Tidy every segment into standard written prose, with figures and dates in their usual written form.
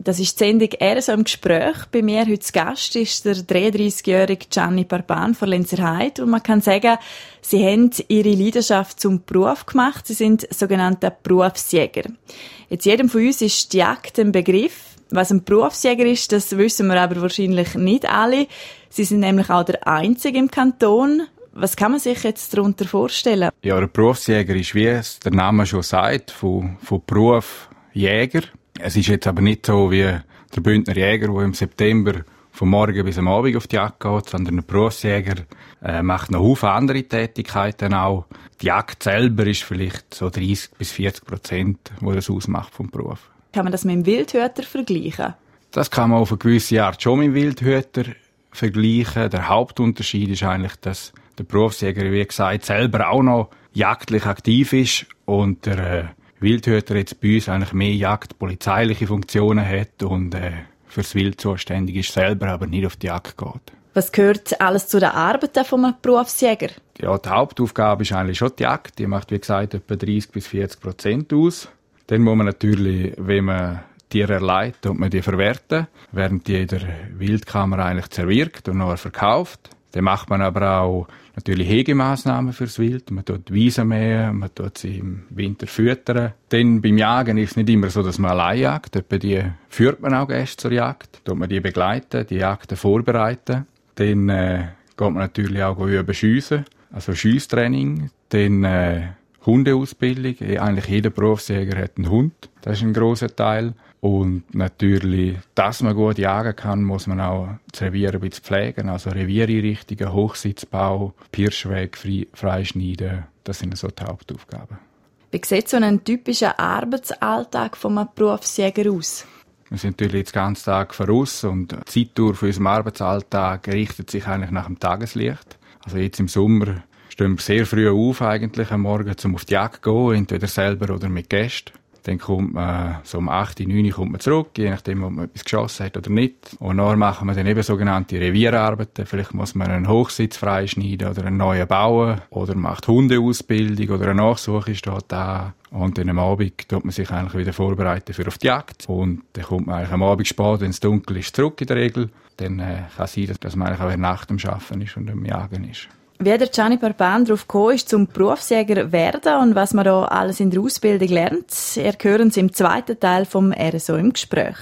Das ist die Sendung «RSO im Gespräch». Bei mir heute zu Gast ist der 33-jährige Gianni Parpan von Lenzerheide. Und man kann sagen, sie haben ihre Leidenschaft zum Beruf gemacht. Sie sind sogenannte Berufsjäger. Jetzt jedem von uns ist die Jagd ein Begriff. Was ein Berufsjäger ist, das wissen wir aber wahrscheinlich nicht alle. Sie sind nämlich auch der Einzige im Kanton. Was kann man sich jetzt darunter vorstellen? Ja, ein Berufsjäger ist, wie es der Name schon sagt, von Beruf Jäger. Es ist jetzt aber nicht so wie der Bündner Jäger, der im September vom Morgen bis am Abend auf die Jagd geht, sondern ein Berufsjäger macht noch Haufen andere Tätigkeiten auch. Die Jagd selber ist vielleicht so 30-40%, wo das ausmacht vom Beruf. Kann man das mit dem Wildhüter vergleichen? Das kann man auf eine gewisse Art schon mit dem Wildhüter vergleichen. Der Hauptunterschied ist eigentlich, dass der Berufsjäger, wie gesagt, selber auch noch jagdlich aktiv ist und der Wildhüter jetzt bei uns eigentlich mehr jagdpolizeiliche Funktionen hat und fürs Wild zuständig ist, selber aber nicht auf die Jagd geht. Was gehört alles zu den Arbeiten eines Berufsjäger? Ja, die Hauptaufgabe ist eigentlich schon die Jagd. Die macht, wie gesagt, etwa 30-40% aus. Dann muss man natürlich, wenn man Tiere erleidet, und man die verwerten, während die in der Wildkammer eigentlich zerwirkt und nachher verkauft. Dann macht man aber auch natürlich Hegemaßnahmen fürs Wild. Man tut Wiesen mähen, man tut sie im Winter füttern. Dann beim Jagen ist es nicht immer so, dass man allein jagt. Etwa die führt man auch Gäste zur Jagd. Tut man die begleiten, die Jagden vorbereiten. Dann geht man natürlich auch üben schiessen, also Schiesstraining. Dann Hundeausbildung. Eigentlich jeder Berufsjäger hat einen Hund. Das ist ein grosser Teil. Und natürlich, dass man gut jagen kann, muss man auch das Revier ein bisschen pflegen. Also Reviereinrichtungen, Hochsitzbau, Pirschweg, freischneiden. Das sind so die Hauptaufgaben. Wie sieht so ein typischer Arbeitsalltag von einem Berufsjäger aus? Wir sind natürlich den ganzen Tag voraus und die Zeitdauer für unseren Arbeitsalltag richtet sich eigentlich nach dem Tageslicht. Also jetzt im Sommer stehen wir sehr früh auf eigentlich am Morgen, um auf die Jagd zu gehen, entweder selber oder mit Gästen. Dann kommt man so um 8, 9 kommt man zurück, je nachdem, ob man etwas geschossen hat oder nicht. Und nachher machen wir dann eben sogenannte Revierarbeiten. Vielleicht muss man einen Hochsitz freischneiden oder einen neuen bauen oder macht Hundeausbildung oder eine Nachsuche steht da. Und dann am Abend tut man sich eigentlich wieder vorbereiten für auf die Jagd. Und dann kommt man eigentlich am Abend spät, wenn es dunkel ist, zurück in der Regel. Dann kann es sein, dass man eigentlich auch in der Nacht am Arbeiten ist und am Jagen ist. Wie der Gianni Parpan darauf gekommen ist, zum Berufsjäger werden und was man da alles in der Ausbildung lernt, erhören Sie im zweiten Teil vom RSO im Gespräch.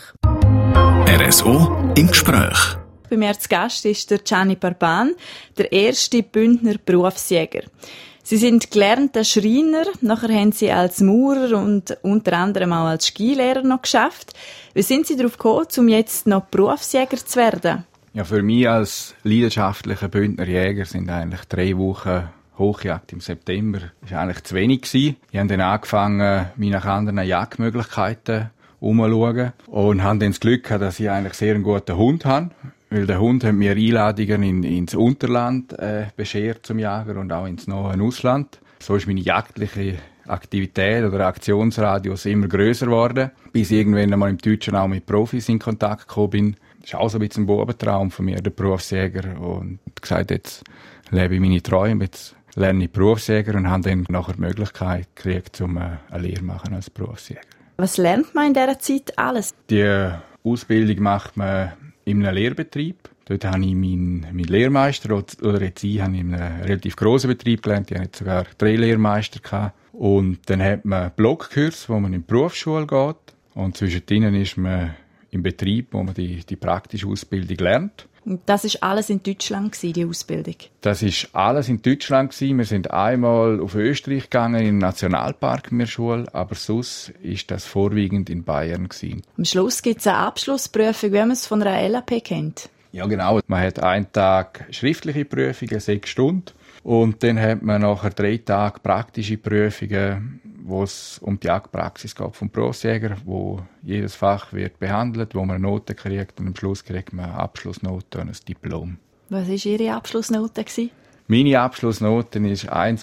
RSO im Gespräch. Bei mir zu Gast ist der Gianni Parpan, der erste Bündner Berufsjäger. Sie sind gelernter Schreiner, nachher haben Sie als Maurer und unter anderem auch als Skilehrer noch geschafft. Wie sind Sie darauf gekommen, um jetzt noch Berufsjäger zu werden? Ja, für mich als leidenschaftlicher Bündner Jäger sind eigentlich 3 Wochen Hochjagd im September ist eigentlich zu wenig gewesen. Ich habe dann angefangen, mich nach anderen Jagdmöglichkeiten umzuschauen und habe dann das Glück gehabt, dass ich eigentlich sehr einen guten Hund habe. Weil der Hund hat mir Einladungen ins Unterland beschert zum Jagen und auch ins nahe Ausland. So ist meine jagdliche Aktivität oder Aktionsradius immer grösser geworden, bis ich irgendwann einmal im Deutschen auch mit Profis in Kontakt gekommen bin. Das ist auch so ein bisschen ein Bubentraum von mir, der Berufsjäger. Und gesagt, jetzt lebe ich meine Träume, jetzt lerne ich Berufsjäger und habe dann nachher die Möglichkeit gekriegt, eine Lehre machen als Berufsjäger. Was lernt man in dieser Zeit alles? Die Ausbildung macht man in einem Lehrbetrieb. Dort habe ich meinen Lehrmeister, oder jetzt ich, habe in einem relativ grossen Betrieb gelernt. Ich hatte sogar 3 Lehrmeister gehabt. Und dann hat man Blockkurs, wo man in die Berufsschule geht. Und zwischendrin ist man im Betrieb, wo man die praktische Ausbildung lernt. Und das war alles in Deutschland, die Ausbildung? Das war alles in Deutschland. Wir sind einmal auf Österreich gegangen, in den Nationalpark mit der Schule, aber sonst war das vorwiegend in Bayern. Am Schluss gibt es eine Abschlussprüfung, wie man es von einer LAP kennt. Ja, genau. Man hat einen Tag schriftliche Prüfungen, 6 Stunden. Und dann hat man nachher 3 Tage praktische Prüfungen, wo es um die Jagdpraxis geht vom Berufsjäger, wo jedes Fach wird behandelt, wo man eine Note kriegt und am Schluss kriegt man eine Abschlussnote und ein Diplom. Was war Ihre Abschlussnote? Meine Abschlussnote war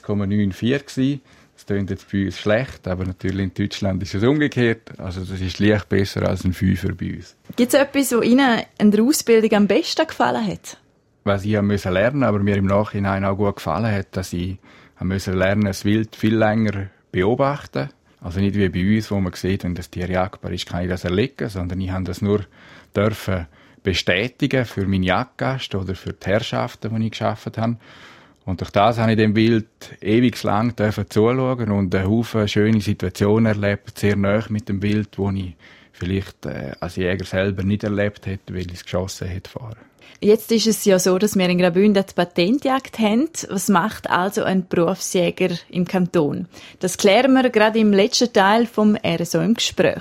1,94. Das klingt jetzt bei uns schlecht, aber natürlich in Deutschland ist es umgekehrt. Also das ist leicht besser als ein 5er bei uns. Gibt es etwas, was Ihnen in der Ausbildung am besten gefallen hat? Was ich lernen musste, aber mir im Nachhinein auch gut gefallen hat, dass ich lernen musste, das Wild viel länger beobachten. Also nicht wie bei uns, wo man sieht, wenn das Tier jagbar ist, kann ich das erlegen, sondern ich habe das nur dürfen bestätigen für meinen Jagdgast oder für die Herrschaften, die ich geschaffen habe. Und durch das habe ich dem Wild ewig lang zuschauen und einen Haufen schöne Situationen erlebt, sehr nahe mit dem Wild, wo ich vielleicht als Jäger selber nicht erlebt hätte, weil ich es geschossen hätte vorher. Jetzt ist es ja so, dass wir in Graubünden die Patentjagd haben. Was macht also ein Berufsjäger im Kanton? Das klären wir gerade im letzten Teil vom RSO im Gespräch.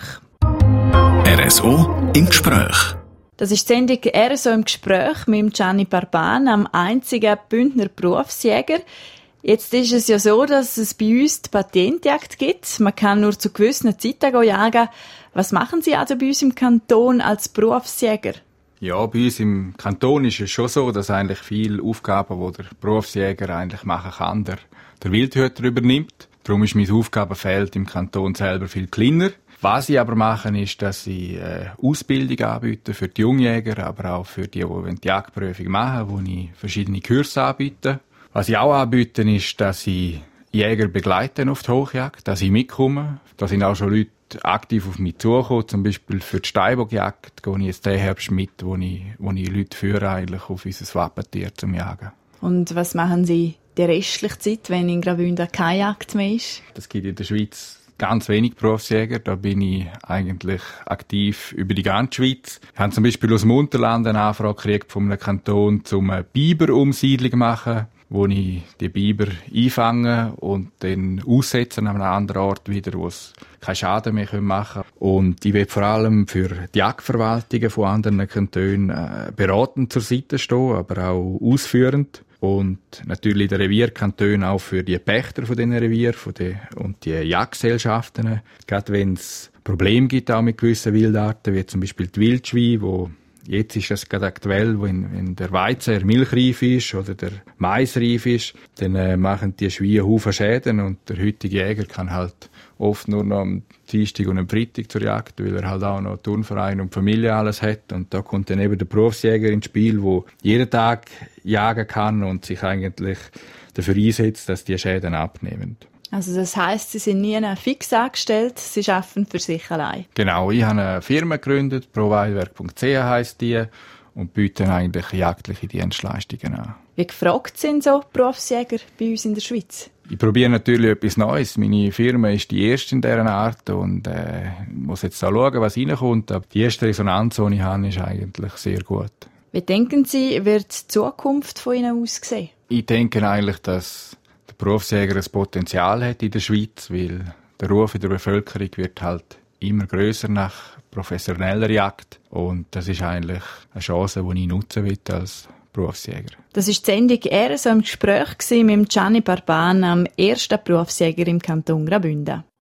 RSO im Gespräch. Das ist die Sendung RSO im Gespräch mit Gianni Parpan, am einzigen Bündner Berufsjäger. Jetzt ist es ja so, dass es bei uns die Patentjagd gibt. Man kann nur zu gewissen Zeiten jagen. Was machen Sie also bei uns im Kanton als Berufsjäger? Ja, bei uns im Kanton ist es schon so, dass eigentlich viele Aufgaben, die der Berufsjäger eigentlich machen kann, der Wildhüter übernimmt. Darum ist mein Aufgabenfeld im Kanton selber viel kleiner. Was ich aber mache, ist, dass ich Ausbildung anbiete für die Jungjäger, aber auch für die die Jagdprüfung machen, wo ich verschiedene Kurse anbiete. Was ich auch anbiete, ist, dass ich Jäger begleite auf die Hochjagd, dass ich mitkomme. Da sind auch schon Leute aktiv auf mich zugekommen, zum Beispiel für die Steinbockjagd gehe ich jetzt den Herbst mit, wo ich Leute führe eigentlich auf unser Wappentier zum Jagen. Und was machen Sie die restliche Zeit, wenn in Graubünden keine Jagd mehr ist? Das gibt in der Schweiz ganz wenig Berufsjäger. Da bin ich eigentlich aktiv über die ganze Schweiz. Ich habe zum Beispiel aus dem Unterland eine Anfrage gekriegt von einem Kanton, um eine Biberumsiedlung zu machen, wo ich die Biber einfange und dann aussetzen an einem anderen Ort wieder, wo es keinen Schaden mehr machen können. Und ich will vor allem für die Jagdverwaltungen von anderen Kantonen beratend zur Seite stehen, aber auch ausführend. Und natürlich der Revierkantone auch für die Pächter von diesen Revieren und die Jagdgesellschaften. Gerade wenn es Probleme gibt auch mit gewissen Wildarten, wie zum Beispiel die Wildschweine, wo jetzt ist das gerade aktuell, wenn der Weizen milchreif ist oder der Mais reif ist, dann machen die Schweine Haufen Schäden und der heutige Jäger kann halt oft nur noch am Dienstag und am Freitag zur Jagd, weil er halt auch noch Turnverein und Familie alles hat. Und da kommt dann eben der Berufsjäger ins Spiel, der jeden Tag jagen kann und sich eigentlich dafür einsetzt, dass die Schäden abnehmen. Also das heisst, Sie sind nie fix angestellt, Sie arbeiten für sich allein? Genau, ich habe eine Firma gegründet, proweilwerk.ch heisst die, und biete eigentlich jagdliche Dienstleistungen an. Wie gefragt sind so Berufsjäger bei uns in der Schweiz? Ich probiere natürlich etwas Neues. Meine Firma ist die erste in dieser Art und muss jetzt auch schauen, was reinkommt. Aber die erste Resonanz, die ich habe, ist eigentlich sehr gut. Wie denken Sie, wird die Zukunft von Ihnen aussehen? Ich denke eigentlich, dass der Berufsjäger ein Potenzial hat in der Schweiz, weil der Ruf in der Bevölkerung wird halt immer grösser nach professioneller Jagd. Und das ist eigentlich eine Chance, die ich nutzen will als Berufsjäger. Das war die Sendung RSO im Gespräch mit Gianni Parpan, am ersten Berufsjäger im Kanton Graubünden.